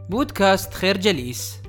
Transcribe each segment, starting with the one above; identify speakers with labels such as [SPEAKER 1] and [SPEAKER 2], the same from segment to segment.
[SPEAKER 1] بودكاست خير جليس.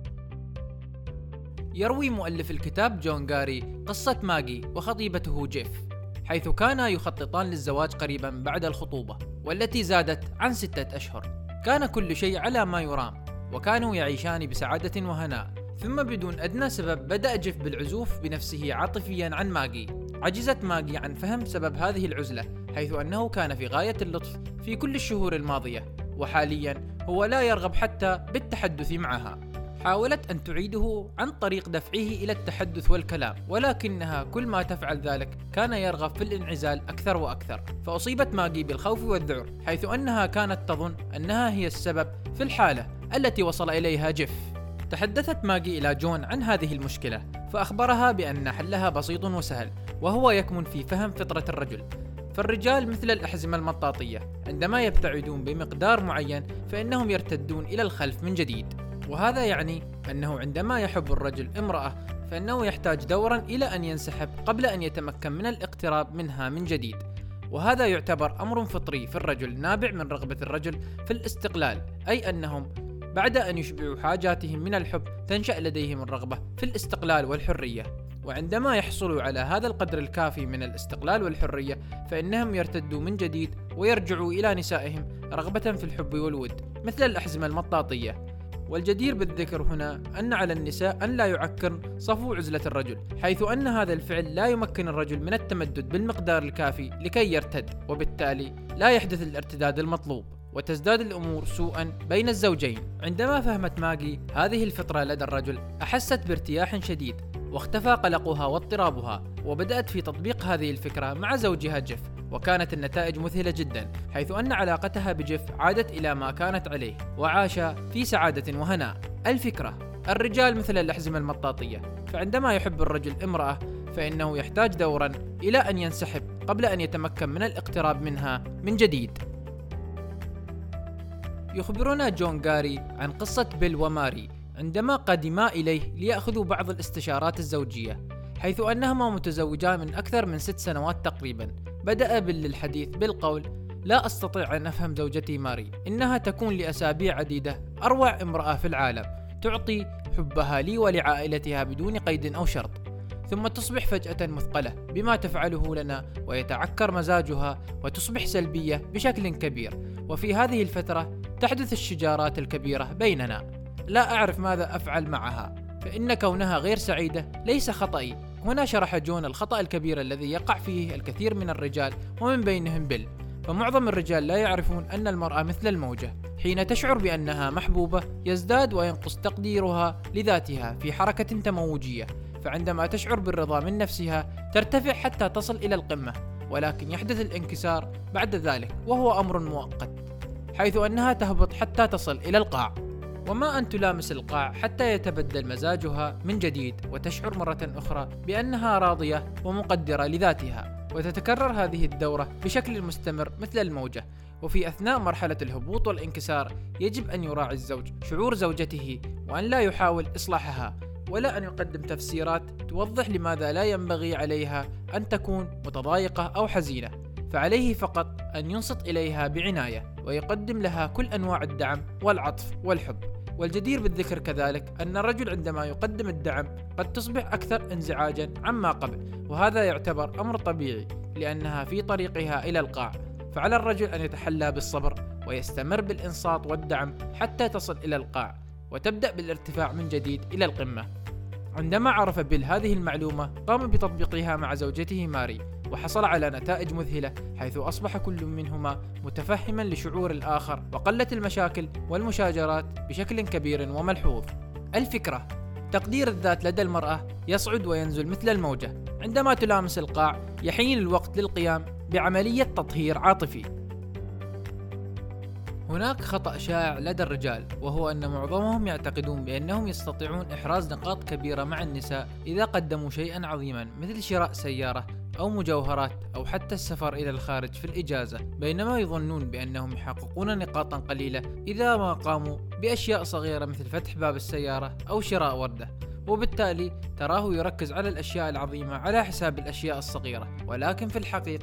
[SPEAKER 1] يروي مؤلف الكتاب جون غاري قصة ماغي وخطيبته جيف، حيث كانا يخططان للزواج قريبا بعد الخطوبة، والتي زادت عن 6 أشهر. كان كل شيء على ما يرام، وكانوا يعيشان بسعادة وهناء. ثم بدون أدنى سبب بدأ جيف بالعزوف بنفسه عاطفيا عن ماغي. عجزت ماغي عن فهم سبب هذه العزلة، حيث أنه كان في غاية اللطف في كل الشهور الماضية، وحاليا هو لا يرغب حتى بالتحدث معها. حاولت أن تعيده عن طريق دفعه إلى التحدث والكلام، ولكنها كل ما تفعل ذلك كان يرغب في الانعزال أكثر وأكثر. فأصيبت ماغي بالخوف والذعر، حيث أنها كانت تظن أنها هي السبب في الحالة التي وصل إليها جيف. تحدثت ماغي إلى جون عن هذه المشكلة، فأخبرها بأن حلها بسيط وسهل، وهو يكمن في فهم فطرة الرجل. فالرجال مثل الأحزمة المطاطية، عندما يبتعدون بمقدار معين فإنهم يرتدون إلى الخلف من جديد. وهذا يعني أنه عندما يحب الرجل امرأة فإنه يحتاج دورا إلى أن ينسحب قبل أن يتمكن من الاقتراب منها من جديد. وهذا يعتبر أمر فطري في الرجل، نابع من رغبة الرجل في الاستقلال، أي أنهم بعد أن يشبعوا حاجاتهم من الحب تنشأ لديهم الرغبة في الاستقلال والحرية. وعندما يحصلوا على هذا القدر الكافي من الاستقلال والحرية فإنهم يرتدوا من جديد ويرجعوا إلى نسائهم رغبة في الحب والود، مثل الأحزمة المطاطية. والجدير بالذكر هنا أن على النساء أن لا يعكرن صفو عزلة الرجل، حيث أن هذا الفعل لا يمكن الرجل من التمدد بالمقدار الكافي لكي يرتد، وبالتالي لا يحدث الارتداد المطلوب، وتزداد الأمور سوءا بين الزوجين. عندما فهمت ماغي هذه الفطرة لدى الرجل أحست بارتياح شديد، واختفى قلقها واضطرابها، وبدأت في تطبيق هذه الفكرة مع زوجها جيف. وكانت النتائج مذهلة جدا، حيث أن علاقتها بجيف عادت إلى ما كانت عليه، وعاش في سعادة وهناء. الفكرة: الرجال مثل الأحزمة المطاطية، فعندما يحب الرجل امرأة فإنه يحتاج دورا إلى أن ينسحب قبل أن يتمكن من الاقتراب منها من جديد. يخبرنا جون غاري عن قصة بيل وماري عندما قدما إليه ليأخذوا بعض الاستشارات الزوجية، حيث أنهما متزوجان من أكثر من 6 سنوات تقريبا. بدأ بيل الحديث بالقول: لا أستطيع أن أفهم زوجتي ماري، إنها تكون لأسابيع عديدة أروع امرأة في العالم، تعطي حبها لي ولعائلتها بدون قيد أو شرط، ثم تصبح فجأة مثقلة بما تفعله لنا، ويتعكر مزاجها وتصبح سلبية بشكل كبير. وفي هذه الفترة تحدث الشجارات الكبيرة بيننا، لا أعرف ماذا أفعل معها، فإن كونها غير سعيدة ليس خطأي. هنا شرح جون الخطأ الكبير الذي يقع فيه الكثير من الرجال، ومن بينهم بيل. فمعظم الرجال لا يعرفون أن المرأة مثل الموجة، حين تشعر بأنها محبوبة يزداد وينقص تقديرها لذاتها في حركة تموجية، فعندما تشعر بالرضا من نفسها ترتفع حتى تصل إلى القمة، ولكن يحدث الانكسار بعد ذلك، وهو أمر مؤقت، حيث أنها تهبط حتى تصل إلى القاع، وما أن تلامس القاع حتى يتبدل مزاجها من جديد وتشعر مرة أخرى بأنها راضية ومقدرة لذاتها. وتتكرر هذه الدورة بشكل مستمر مثل الموجة. وفي أثناء مرحلة الهبوط والانكسار يجب أن يراعي الزوج شعور زوجته، وأن لا يحاول إصلاحها، ولا أن يقدم تفسيرات توضح لماذا لا ينبغي عليها أن تكون متضايقة أو حزينة. فعليه فقط أن ينصت إليها بعناية، ويقدم لها كل أنواع الدعم والعطف والحب. والجدير بالذكر كذلك أن الرجل عندما يقدم الدعم قد تصبح أكثر انزعاجا عما قبل، وهذا يعتبر أمر طبيعي لأنها في طريقها إلى القاع. فعلى الرجل أن يتحلى بالصبر ويستمر بالإنصات والدعم حتى تصل إلى القاع، وتبدأ بالارتفاع من جديد إلى القمة. عندما عرف بيل هذه المعلومة قام بتطبيقها مع زوجته ماري، وحصل على نتائج مذهلة، حيث أصبح كل منهما متفهما لشعور الآخر، وقلت المشاكل والمشاجرات بشكل كبير وملحوظ. الفكرة: تقدير الذات لدى المرأة يصعد وينزل مثل الموجة، عندما تلامس القاع يحين الوقت للقيام بعملية تطهير عاطفي. هناك خطأ شائع لدى الرجال، وهو أن معظمهم يعتقدون بأنهم يستطيعون إحراز نقاط كبيرة مع النساء إذا قدموا شيئا عظيما مثل شراء سيارة أو مجوهرات أو حتى السفر إلى الخارج في الإجازة، بينما يظنون بأنهم يحققون نقاطا قليلة إذا ما قاموا بأشياء صغيرة مثل فتح باب السيارة أو شراء وردة. وبالتالي تراه يركز على الأشياء العظيمة على حساب الأشياء الصغيرة، ولكن في الحقيقة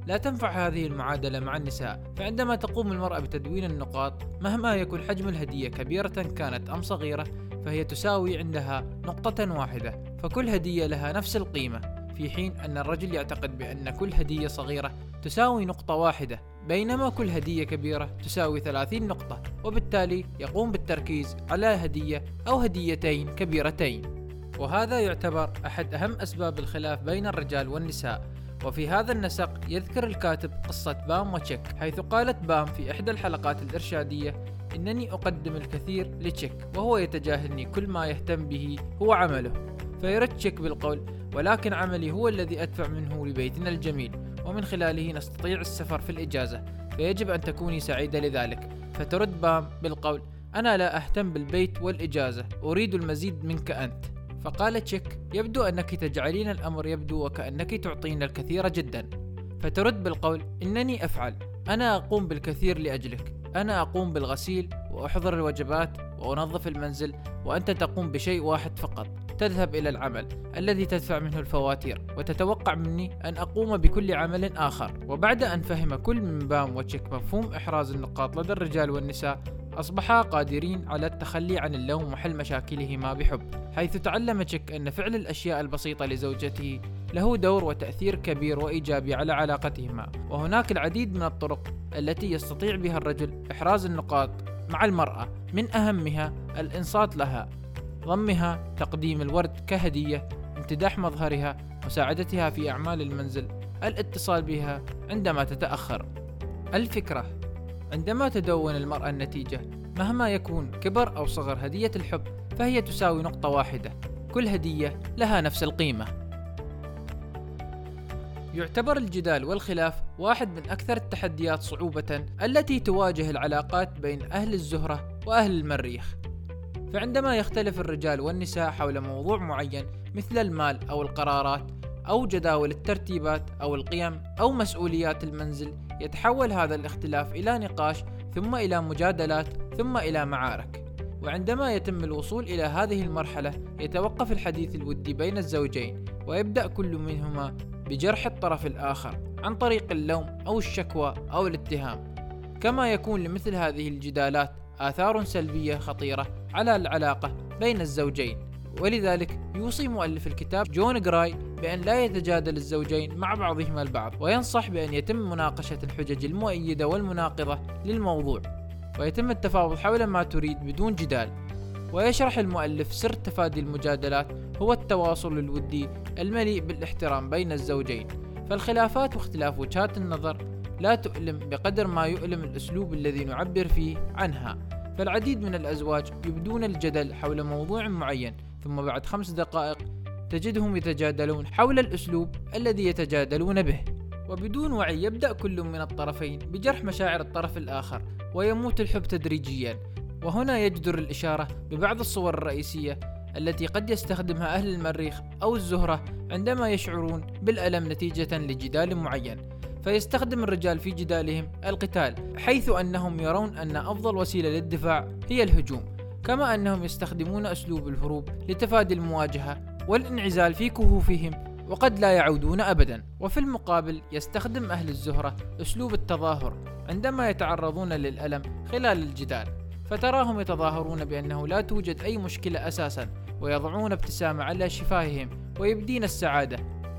[SPEAKER 1] لا تنفع هذه المعادلة مع النساء، فعندما تقوم المرأة بتدوين النقاط مهما يكن حجم الهدية كبيرة كانت أم صغيرة فهي تساوي عندها نقطة واحدة، فكل هدية لها نفس القيمة، في حين أن الرجل يعتقد بأن كل هدية صغيرة تساوي نقطة واحدة، بينما كل هدية كبيرة تساوي 30 نقطة، وبالتالي يقوم بالتركيز على هدية أو هديتين كبيرتين. وهذا يعتبر أحد أهم أسباب الخلاف بين الرجال والنساء. وفي هذا النسق يذكر الكاتب قصة بام وتشيك، حيث قالت بام في إحدى الحلقات الإرشادية: إنني أقدم الكثير لتشيك وهو يتجاهلني، كل ما يهتم به هو عمله. فيرد تشيك بالقول: ولكن عملي هو الذي أدفع منه لبيتنا الجميل، ومن خلاله نستطيع السفر في الإجازة، فيجب أن تكوني سعيدة لذلك. فترد بام بالقول: أنا لا أهتم بالبيت والإجازة، أريد المزيد منك أنت. فقال تشيك: يبدو أنك تجعلين الأمر يبدو وكأنك تعطين الكثير جدا. فترد بالقول: إنني أفعل، أنا أقوم بالكثير لأجلك، أنا أقوم بالغسيل وأحضر الوجبات وأنظف المنزل، وأنت تقوم بشيء واحد فقط: تذهب إلى العمل الذي تدفع منه الفواتير، وتتوقع مني أن أقوم بكل عمل آخر. وبعد أن فهم كل من بام وتشيك مفهوم إحراز النقاط لدى الرجال والنساء، أصبحا قادرين على التخلي عن اللوم وحل مشاكلهما بحب، حيث تعلم تشيك أن فعل الأشياء البسيطة لزوجته له دور وتأثير كبير وإيجابي على علاقتهما. وهناك العديد من الطرق التي يستطيع بها الرجل إحراز النقاط مع المرأة، من أهمها الإنصات لها، ضمها، تقديم الورد كهدية، امتداح مظهرها، مساعدتها في أعمال المنزل، الاتصال بها عندما تتأخر. الفكرة: عندما تدون المرأة النتيجة مهما يكون كبر أو صغر هدية الحب فهي تساوي نقطة واحدة، كل هدية لها نفس القيمة. يعتبر الجدال والخلاف واحد من أكثر التحديات صعوبة التي تواجه العلاقات بين أهل الزهرة وأهل المريخ. فعندما يختلف الرجال والنساء حول موضوع معين مثل المال أو القرارات أو جداول الترتيبات أو القيم أو مسؤوليات المنزل، يتحول هذا الاختلاف إلى نقاش، ثم إلى مجادلات، ثم إلى معارك. وعندما يتم الوصول إلى هذه المرحلة يتوقف الحديث الودي بين الزوجين، ويبدأ كل منهما بجرح الطرف الآخر عن طريق اللوم أو الشكوى أو الاتهام. كما يكون لمثل هذه الجدالات آثار سلبية خطيرة على العلاقة بين الزوجين. ولذلك يوصي مؤلف الكتاب جون جراي بأن لا يتجادل الزوجين مع بعضهما البعض، وينصح بأن يتم مناقشة الحجج المؤيدة والمناقضة للموضوع، ويتم التفاوض حول ما تريد بدون جدال. ويشرح المؤلف سر تفادي المجادلات هو التواصل الودي المليء بالاحترام بين الزوجين، فالخلافات واختلاف وجهات النظر لا تؤلم بقدر ما يؤلم الأسلوب الذي نعبر فيه عنها. فالعديد من الأزواج يبدون الجدل حول موضوع معين، ثم بعد 5 دقائق تجدهم يتجادلون حول الأسلوب الذي يتجادلون به، وبدون وعي يبدأ كل من الطرفين بجرح مشاعر الطرف الآخر، ويموت الحب تدريجيا. وهنا يجدر الإشارة ببعض الصور الرئيسية التي قد يستخدمها أهل المريخ أو الزهرة عندما يشعرون بالألم نتيجة لجدال معين. فيستخدم الرجال في جدالهم القتال، حيث أنهم يرون أن أفضل وسيلة للدفاع هي الهجوم، كما أنهم يستخدمون أسلوب الهروب لتفادي المواجهة والانعزال في كهوفهم، وقد لا يعودون أبدا. وفي المقابل يستخدم أهل الزهرة أسلوب التظاهر عندما يتعرضون للألم خلال الجدال، فتراهم يتظاهرون بأنه لا توجد أي مشكلة أساسا، ويضعون ابتسامة على شفاههم ويبدين السعادة.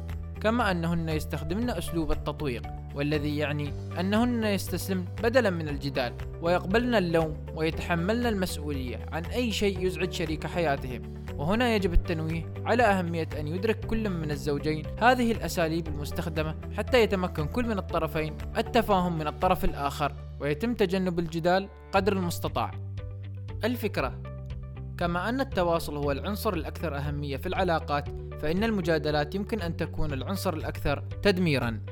[SPEAKER 1] كما أنهن يستخدمن أسلوب التطويق، والذي يعني أنهن يستسلمن بدلا من الجدال، ويقبلن اللوم ويتحملن المسؤولية عن أي شيء يزعج شريك حياتهم. وهنا يجب التنويه على أهمية أن يدرك كل من الزوجين هذه الأساليب المستخدمة حتى يتمكن كل من الطرفين التفاهم من الطرف الآخر، ويتم تجنب الجدال قدر المستطاع. الفكرة: كما أن التواصل هو العنصر الأكثر أهمية في العلاقات، فإن المجادلات يمكن أن تكون العنصر الأكثر تدميراً.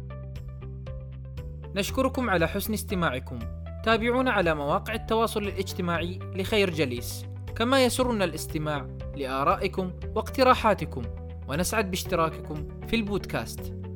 [SPEAKER 1] نشكركم على حسن استماعكم. تابعونا على مواقع التواصل الاجتماعي لخير جليس، كما يسرنا الاستماع لآرائكم واقتراحاتكم، ونسعد باشتراككم في البودكاست.